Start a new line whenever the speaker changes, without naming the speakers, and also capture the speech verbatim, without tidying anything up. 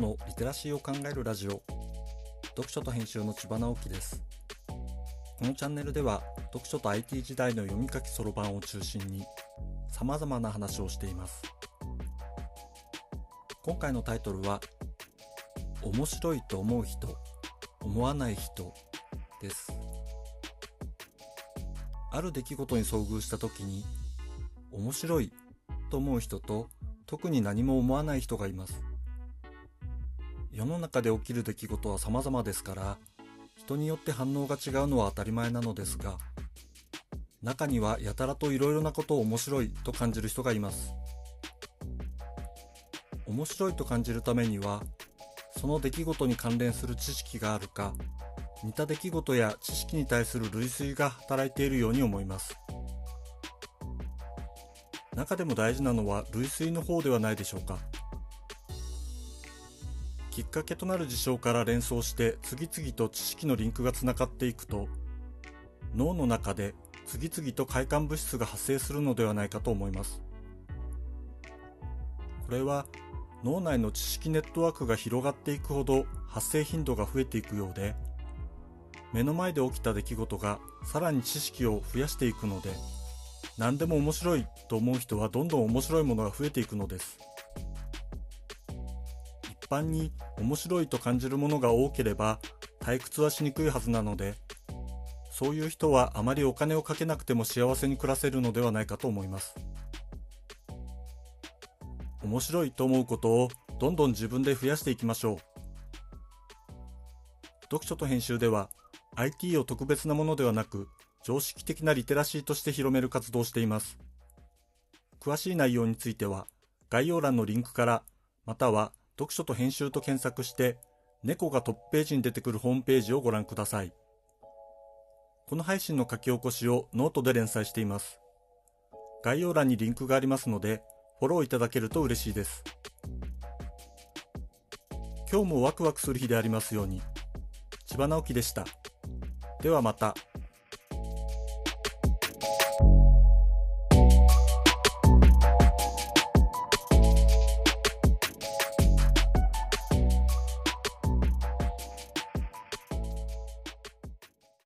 のリテラシーを考えるラジオ、読書と編集の千葉直樹です。このチャンネルでは読書と アイティー 時代の読み書きそろばんを中心に様々な話をしています。今回のタイトルは面白いと思う人、思わない人です。ある出来事に遭遇した時に面白いと思う人と特に何も思わない人がいます。世の中で起きる出来事は様々ですから人によって反応が違うのは当たり前なのですが、中にはやたらといろいろなことを面白いと感じる人がいます。面白いと感じるためにはその出来事に関連する知識があるか、似た出来事や知識に対する類推が働いているように思います。中でも大事なのは類推の方ではないでしょうか。きっかけとなる事象から連想して次々と知識のリンクがつながっていくと、脳の中で次々と快感物質が発生するのではないかと思います。これは脳内の知識ネットワークが広がっていくほど発生頻度が増えていくようで、目の前で起きた出来事がさらに知識を増やしていくので、何でも面白いと思う人はどんどん面白いものが増えていくのです。一般に面白いと感じるものが多ければ退屈はしにくいはずなので、そういう人はあまりお金をかけなくても幸せに暮らせるのではないかと思います。面白いと思うことをどんどん自分で増やしていきましょう。読書と編集では アイティー を特別なものではなく常識的なリテラシーとして広める活動をしています。詳しい内容については概要欄のリンクから、または読書と編集と検索して猫がトップページに出てくるホームページをご覧ください。この配信の書き起こしをノートで連載しています。概要欄にリンクがありますのでフォローいただけると嬉しいです。今日もワクワクする日でありますように。千葉直樹でした。ではまた。